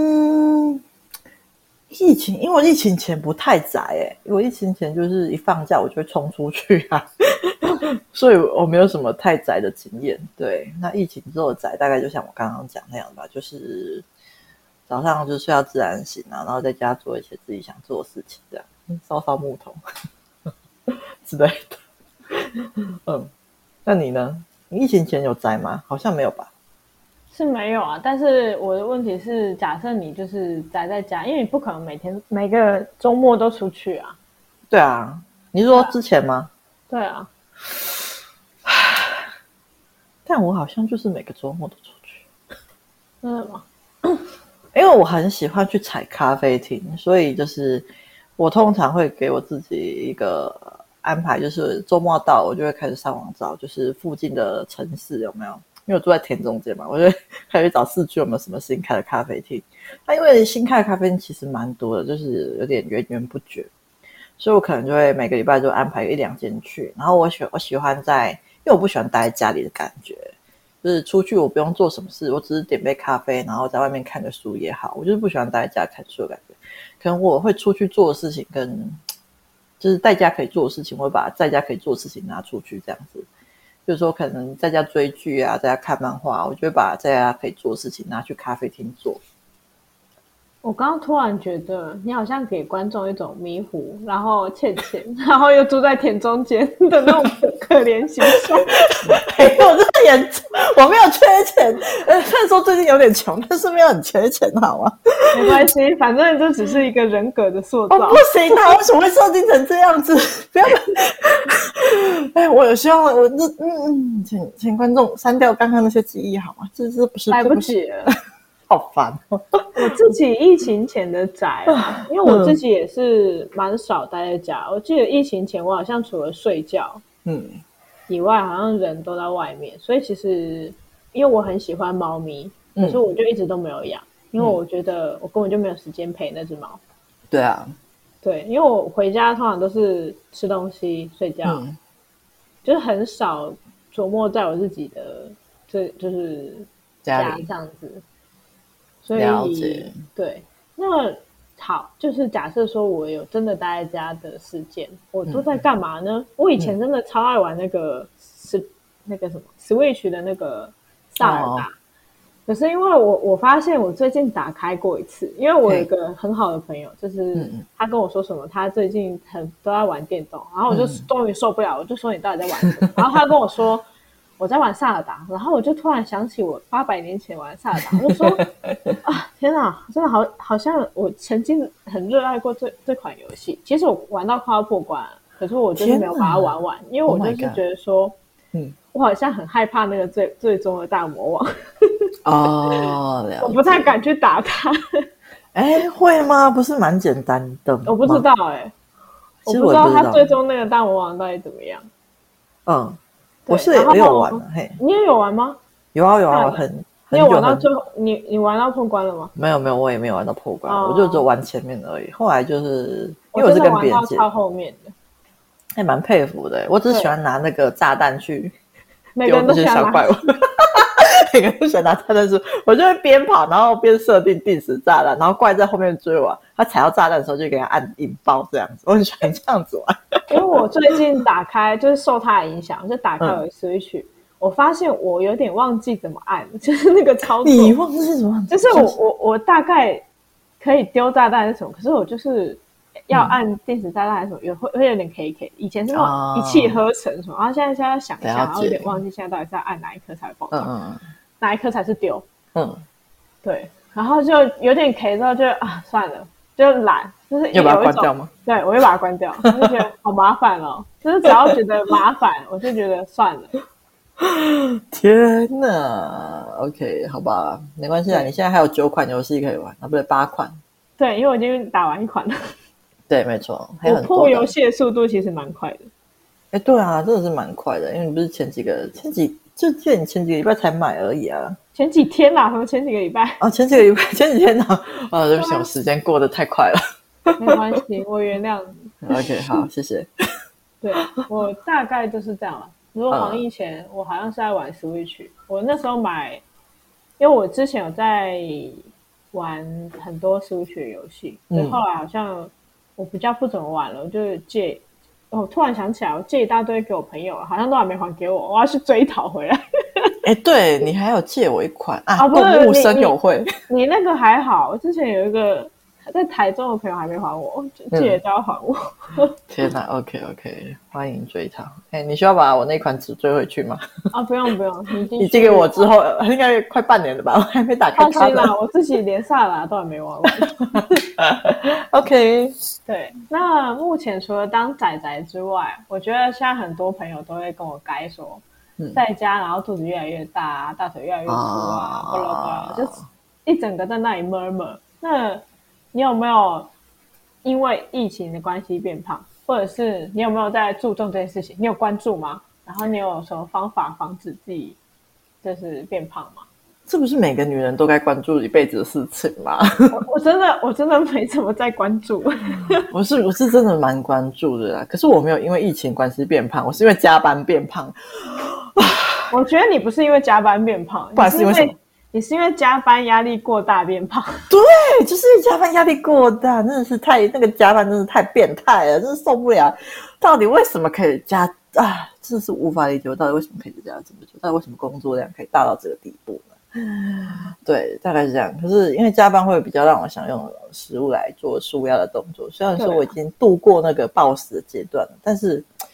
因为我疫情前不太宅因为我疫情前就是一放假我就会冲出去啊，所以我没有什么太宅的经验。对，那疫情之后的宅大概就像我刚刚讲那样吧，就是早上就睡到自然醒啊，然后在家做一些自己想做的事情，这样烧木头之类的。那你呢？你疫情前有宅吗？好像没有吧。 是没有啊，但是我的问题是，假设你就是宅在家，因为你不可能每个周末都出去啊。 对啊，你是说之前吗？ 对啊。 但我好像就是每个周末都出去。 真的吗？ 因为我很喜欢去踩咖啡厅，所以就是我通常会给我自己一个安排，就是周末到我就会开始上网找，就是附近的城市有没有。因为我住在田中间嘛，我就开始找市区有没有什么新开的咖啡厅。那因为新开的咖啡厅其实蛮多的，就是有点源源不绝，所以我可能就会每个礼拜就安排1-2间去。然后我喜欢因为我不喜欢待在家里的感觉，就是出去我不用做什么事，我只是点杯咖啡，然后在外面看个书也好，我就是不喜欢待在家看书的感觉。可能我会出去做的事情跟就是在家可以做的事情，我会把在家可以做的事情拿出去这样子。比如说可能在家追剧啊，在家看漫画，我就会把在家可以做的事情拿去咖啡厅做。 我刚刚突然觉得你好像给观众一种迷糊，然后欠钱，然后又住在田中间的那种可怜形象。 我真的严重，我没有缺钱，虽然说最近有点穷，但是没有很缺钱，好吗？ 没关系，反正这只是一个人格的塑造。 不行，他为什么会设定成这样子？不要！哎，我有希望，请观众删掉刚刚那些记忆好吗？这不是来不及了。 好烦哦！ 我自己疫情前的宅因为我自己也是蛮少待在家。我记得疫情前我好像除了睡觉以外，好像人都在外面。所以其实因为我很喜欢猫咪，可是我就一直都没有养，因为我觉得我根本就没有时间陪那只猫。 对啊， 对，因为我回家通常都是吃东西、睡觉，就是很少琢磨在我自己的就是家这样子。所以对，那好，就是假设说我有真的待在家的时间，我都在干嘛呢？我以前真的超爱玩那个那个什么 Switch 的那个萨尔达，可是因为我发现我最近打开过一次，因为我有一个很好的朋友，就是他跟我说什么，他最近都在玩电动，然后我就终于受不了，我就说你到底在玩什么？然后他跟我说我在玩萨尔达，然后我就突然想起我800年前玩萨尔达，我就说啊，天哪，真的好像我曾经很热爱过这款游戏。其实我玩到快要破关了，可是我就是没有把它玩完，因为我就是觉得说，我好像很害怕那个最终的大魔王。 哦，了解。 我不太敢去打他。 哎，会吗？不是蛮简单的吗？ 我不知道我不知道他最终那个大魔王到底怎么样。 我是也有玩的，嘿， 你也有玩吗？ 有啊， 你有玩到最后，你玩到破关了吗？ 没有，我也没有玩到破关，我就只有玩前面而已。后来就是因为我是跟别人借， 超后面的， 还蛮佩服的。我只喜欢拿那个炸弹去丢那些小怪物。 每个人都喜欢拿炸弹，我就会边跑，然后边设定定时炸弹，然后怪在后面追我。他踩到炸弹的时候，就给他按引爆这样子。我很喜欢这样子玩。 因为我最近打开，就是受他的影响，就打开我的 Switch，我发现我有点忘记怎么按，就是那个操作。 你忘记怎么按？ 就是我大概可以丢炸弹是什么，可是我就是要按定时炸弹还是什么，会有点 K。以前是那种一气呵成什么，然后现在要想一下，然后有点忘记现在到底是要按哪一颗才会爆炸，哪一颗才是丢。对，然后就有点 K 之后就算了，就懒，就是要把它关掉吗？ 对，我会把它关掉，我就觉得好麻烦哦。就是只要觉得麻烦，我就觉得算了。 天哪 ，OK， 好吧，没关系啦。你现在还有9款游戏可以玩，不对，8款。 对，因为我已经打完1款了。 对，没错，还有很多。 我破游戏的速度其实蛮快的。 对啊，真的是蛮快的，因为你不是前几就记得你前几个礼拜才买而已啊。 前几天啦，什么前几个礼拜？ 前几天呢？对不起，我时间过得太快了。 没关系，我原谅你。 OK， 好，谢谢。 对，我大概就是这样了。如果防疫前，我好像是在玩 Switch，我那时候买，因为我之前有在玩很多 Switch 的游戏，后来好像我比较不怎么玩了，我就借。我突然想起来，我借一大堆给我朋友，好像都还没还给我，我要去追讨回来。 对，你还有借我一款动物森友会。 你那个还好，我之前有一个在台中的朋友还没还我，借了就要还我。 天哪 ，OK， 欢迎追讨。你需要把我那款纸追回去吗？ 不用， 你寄给我之后，应该快半年了吧？我还没打开它。 放心啦，我自己连萨拉都还没玩完。 OK， 对，那目前除了当仔仔之外，我觉得现在很多朋友都会跟我该说，在家然后肚子越来越大，大腿越来越粗巴拉巴拉，就一整个在那里 murmur。那你有没有因为疫情的关系变胖，或者是你有没有在注重这件事情？你有关注吗？然后你有什么方法防止自己就是变胖吗？ 这不是每个女人都该关注一辈子的事情吗？ 我真的没怎么在关注。 我是真的蛮关注的啦，可是我没有因为疫情关系变胖，我是因为加班变胖。 我觉得你不是因为加班变胖， 不然是因为什么？ 你是因为加班压力过大变胖。 对，就是加班压力过大，真的是那个加班真的太变态了，真的受不了。到底为什么可以加真的是无法理解，我到底为什么可以加这么久？到底为什么工作量可以大到这个地步呢？对，大概是这样。可是因为加班会比较让我想用食物来做舒压的动作，虽然说我已经度过那个暴食的阶段了，但是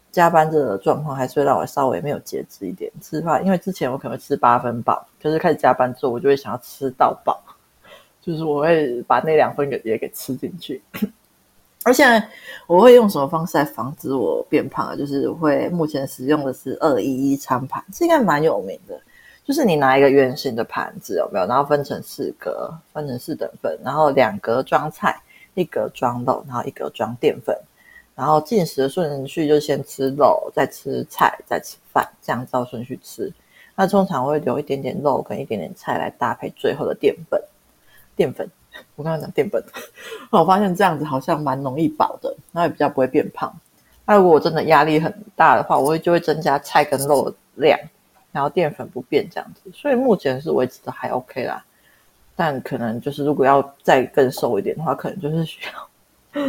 加班这个状况还是会让我稍微没有节制一点吃饭，因为之前我可能会吃8分饱，可是开始加班之后我就会想要吃到饱，就是我会把那2分也给吃进去。而且我会用什么方式来防止我变胖啊？就是我会目前使用的是211餐盘，这应该蛮有名的。就是你拿一个圆形的盘子，有没有？然后分成4格，分成4等份，然后2格装菜，1格装肉，然后1格装淀粉。然后进食的顺序就先吃肉，再吃菜，再吃饭，这样照顺序吃。那通常会留一点点肉跟一点点菜来搭配最后的淀粉。我刚刚讲淀粉，我发现这样子好像蛮容易饱的，然后也比较不会变胖。那如果我真的压力很大的话，我就会增加菜跟肉的量，然后淀粉不变这样子。所以目前是维持的还 OK 啦，但可能就是如果要再更瘦一点的话，可能就是需要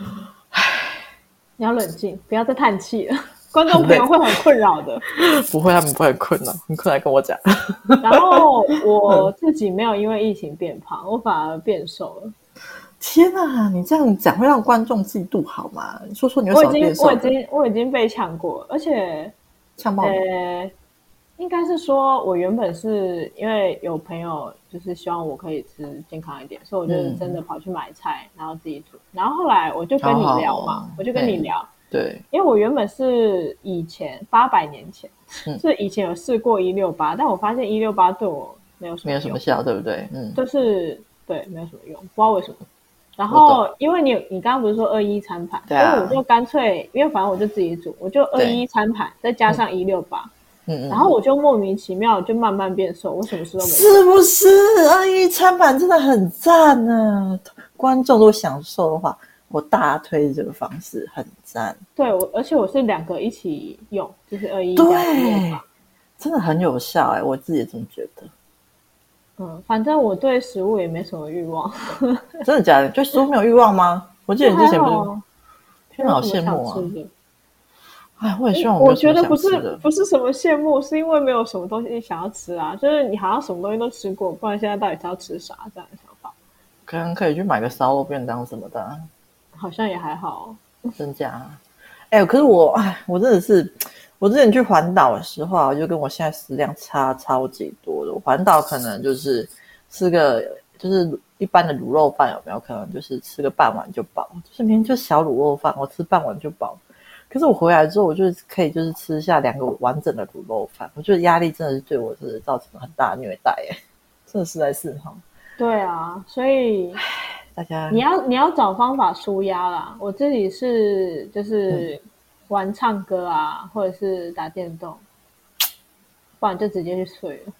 你要冷静，不要再叹气了，观众朋友会很困扰的。 不会，他们不会很困扰，很困来跟我讲。 然后我自己没有因为疫情变胖，我反而变瘦了。 天啊，你这样讲会让观众嫉妒好吗？你说说你为什么变瘦的？ 我已经被呛过，而且呛爆应该是说我原本是因为有朋友就是希望我可以吃健康一点，所以我就真的跑去买菜，然后自己煮。然后后来我就跟你聊嘛，我就跟你聊， 对， 因为我原本是以前800年前，是以前有试过168，但我发现168对我没有什么效，对不对？ 就是对没有什么用，不知道为什么。然后因为你刚刚不是说211餐盘，所以我就干脆，因为反正我就自己煮，我就211餐盘再加上168。然后我就莫名其妙就慢慢变瘦，我什么事都没做， 是不是？211餐盘真的很赞啊！观众如果想瘦的话，我大推这个方式，很赞。 对，而且我是2个一起用，就是211加168， 真的很有效我自己也这么觉得。 反正我对食物也没什么欲望。 真的假的？对食物没有欲望吗？我记得你之前不是，天哪，好羡慕啊！我也希望我觉得不是什么羡慕，是因为没有什么东西想要吃啊，就是你好像什么东西都吃过，不然现在到底是要吃啥这样的想法。 可能可以去买个烧肉便当什么的， 好像也还好。 真假？可是我真的是，我之前去环岛的时候我就跟我现在食量差超级多的。我环岛可能就是吃个就是一般的卤肉饭，有没有可能就是吃个半碗就饱，就是明明就小卤肉饭，我吃半碗就饱。可是我回来之后，我就可以就是吃下2个完整的卤肉饭。我觉得压力真的是对我是造成了很大的虐待真的实在是对啊，所以大家你要找方法抒压啦。我自己是就是玩唱歌啊，或者是打电动，不然就直接去睡了。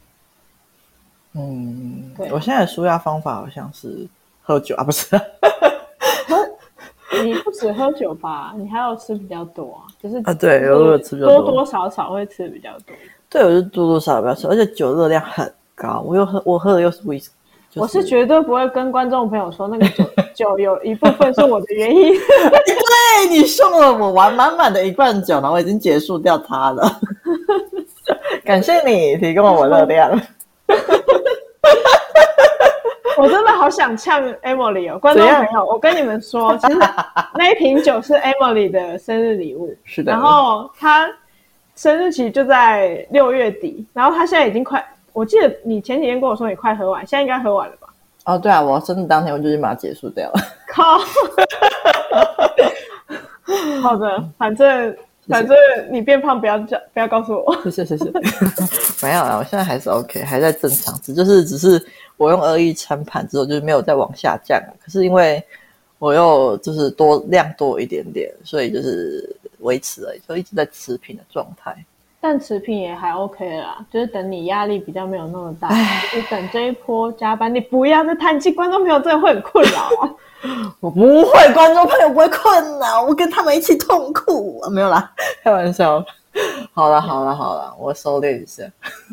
对，我现在的抒压方法好像是喝酒啊，不是你不止喝酒吧，你还要吃比较多啊，就是对，我吃比较多， 多多少少会吃比较多。 对，我就多多少少比较吃，而且酒热量很高，我喝的又是威士忌， 我是绝对不会跟观众朋友说那个酒有一部分是我的原因。 对，你送了我完满满的1罐酒，然后我已经结束掉它了。感谢你提供了我热量。 我真的好想呛 Emily 观众朋友，我跟你们说，其实那一瓶酒是 Emily 的生日礼物， 是的。 然后她生日期就在6月底，然后她现在已经快，我记得你前几天跟我说你快喝完，现在应该喝完了吧？ 对啊，我生日当天我就已经把它结束掉了。 靠！好的，反正你变胖不要告诉我。 谢谢。没有我现在还是 OK， 还在正常值，只是我用211餐盘之后就是没有再往下降可是因为我又就是量多一点点，所以就是维持了，就一直在持平的状态。 但持平也还 OK 啦，就是等你压力比较没有那么大，就是等这一波加班，你不要再叹气，观众朋友真的会很困扰我不会，观众朋友不会困扰，我跟他们一起痛苦没有啦，开玩笑。好了，我收敛一下。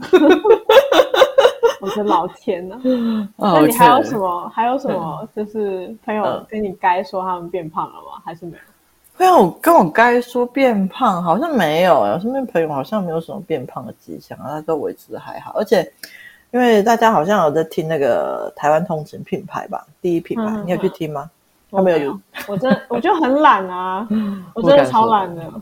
我的老天哪！那你还有什么？就是朋友跟你该说他们变胖了吗？还是没有？ 朋友跟我该说变胖好像没有我身边朋友好像没有什么变胖的迹象他都维持的还好。而且因为大家好像有在听那个台湾通勤品牌吧，第一品牌，你有去听吗？ 我没有，我就很懒啊，我真的超懒的。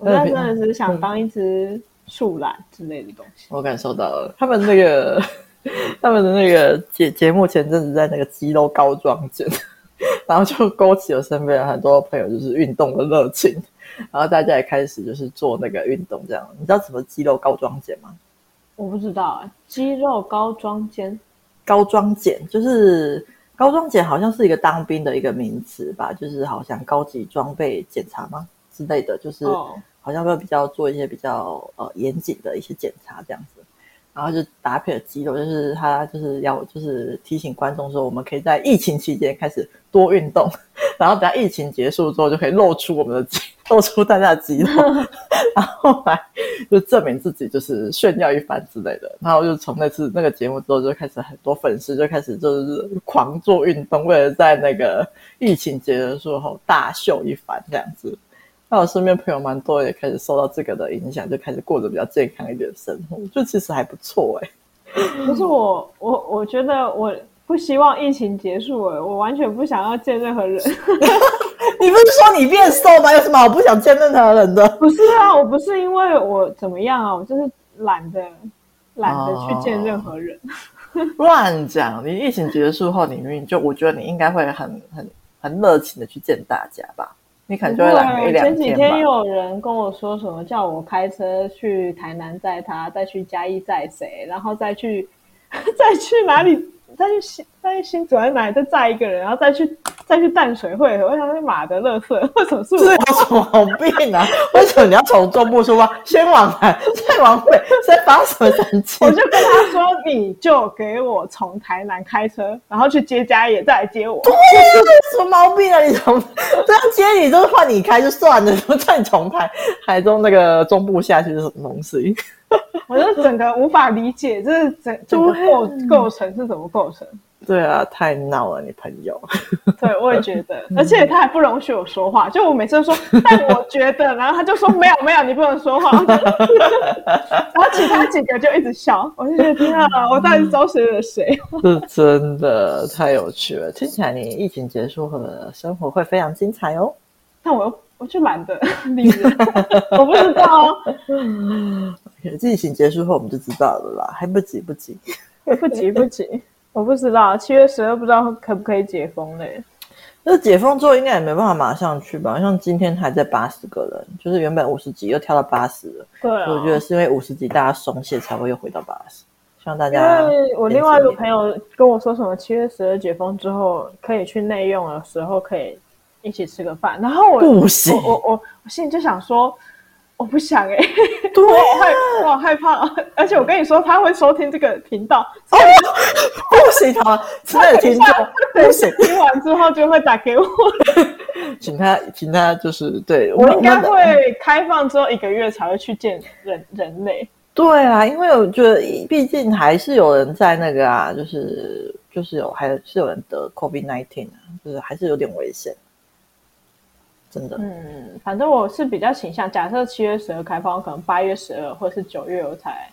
我现在真的是想当一只树懒之类的东西。 我感受到了他们那个他们的那个节目前阵子在那个肌肉高装检，然后就勾起了身边的很多朋友就是运动的热情，然后大家也开始就是做那个运动这样。你知道什么肌肉高装检吗？ 我不知道肌肉高装检， 高装检就是高装检好像是一个当兵的一个名词吧，就是好像高级装备检查吗之类的，就是好像会比较做一些比较严谨的一些检查这样子。然后就搭配了肌肉，就是他就是要就是提醒观众说，我们可以在疫情期间开始多运动，然后等疫情结束之后就可以露出我们的露出大家的肌肉，然后后来就证明自己就是炫耀一番之类的。然后就从那个节目之后就开始很多粉丝就开始就是狂做运动，为了在那个疫情结束后大秀一番这样子。那我身边朋友蛮多也开始受到这个的影响，就开始过着比较健康一点的生活，就其实还不错可是我觉得我不希望疫情结束我完全不想要见任何人。 你不是说你变瘦吗？有什么好不想见任何人的？ 不是啊，我不是因为我怎么样啊，我就是懒得去见任何人。 乱讲！你疫情结束后，你明明就我觉得你应该会很热情的去见大家吧。你可能就会懒个1-2天吧。 前几天有人跟我说什么，叫我开车去台南载他，再去嘉义载谁，然后再去哪里，再去新竹还是哪里再载一个人，然后再去淡水汇合。我想说马的垃圾，为什么是我？ 这有什么好病啊？为什么你要从中部出发，先往南，再往北，再发什么神经？ 我就跟他说，你就给我从台南开车，然后去接嘉义，再来接我。 对，什么毛病啊？你从这样接你，就是换你开就算了，怎么叫你从台中那个中部下去是什么东西？ 我就整个无法理解，这是整个构成是怎么构成？ 对啊，太闹了，你朋友。 对，我也觉得，而且他还不容许我说话，就我每次都说，但我觉得，然后他就说没有，你不能说话。然后其他几个就一直笑，我就觉得天啊，我到底招谁惹谁？ 是真的太有趣了，听起来你疫情结束后的生活会非常精彩哦。 但我就懒得理人，我不知道。 疫情结束后我们就知道了啦，还不急。不急， 我不知道7月12不知道可不可以解封嘞。 那解封之后应该也没办法马上去吧，像今天还在80个人，就是原本50几又跳到80了。 对啊， 我觉得是因为50几大家松懈才会又回到80，希望大家。 因为我另外一个朋友跟我说什么7月12解封之后可以去内用的时候可以一起吃个饭，然后不行， 我心里就想说我不想对、我好害怕，而且我跟你说他会收听这个频道， 不行啊，真的听众不行， 听完之后就会打给我。 请他就是对我应该会开放之后1个月才会去见人类。 对啊，因为我觉得毕竟还是有人在那个啊，就是还是有人得 COVID-19 啊，就是还是有点危险。真的， 反正我是比较倾向，假设7月12开放，可能8月12或是9月我才，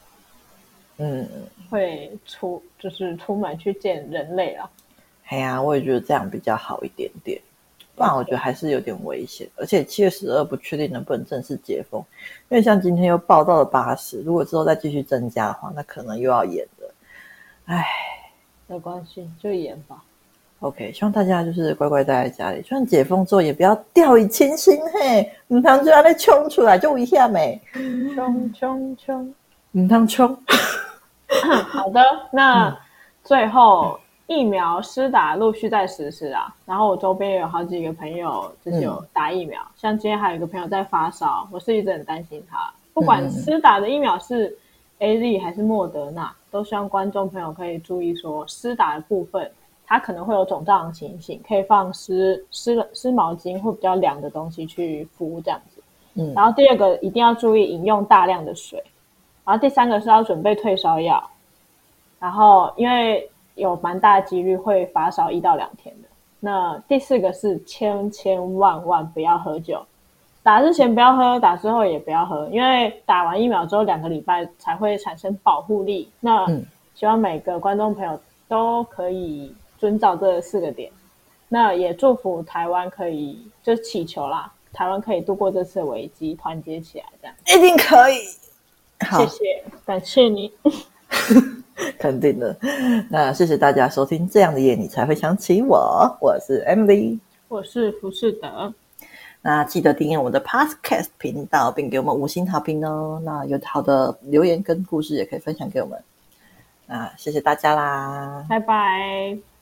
会就是出门去见人类啦。 哎呀，我也觉得这样比较好一点点，不然我觉得还是有点危险。而且7月12不确定能不能正式解封，因为像今天又报到了80，如果之后再继续增加的话，那可能又要延了。哎， 没关系，就延吧。 OK， 希望大家就是乖乖待在家里，就算解封之后也不要掉以轻心嘿，唔通就要再冲出来就一下没， 冲， 唔通冲。 好的，那最后疫苗施打陆续在实施啊，然后我周边也有好几个朋友就是有打疫苗，像今天还有一个朋友在发烧，我是一直很担心他。不管施打的疫苗是 AZ 还是莫德纳，都希望观众朋友可以注意说施打的部分。它可能会有肿胀的情形，可以放湿毛巾或比较凉的东西去敷这样子。然后第二个一定要注意饮用大量的水，然后第三个是要准备退烧药，然后因为有蛮大的几率会发烧1到2天的。那第四个是千万不要喝酒，打之前不要喝，打之后也不要喝，因为打完疫苗之后2个礼拜才会产生保护力。那希望每个观众朋友都可以遵照这4个点，那也祝福台湾可以，就是祈求啦， 台湾可以度过这次危机，团结起来这样。 一定可以。好， 谢谢，感谢你。 肯定的。那谢谢大家收听，这样的夜你才会想起我，我是 Emily， 我是浮士德。 那记得订阅我们的 Podcast 频道，并给我们5星好评哦。那有好的留言跟故事也可以分享给我们。那谢谢大家啦， 拜拜。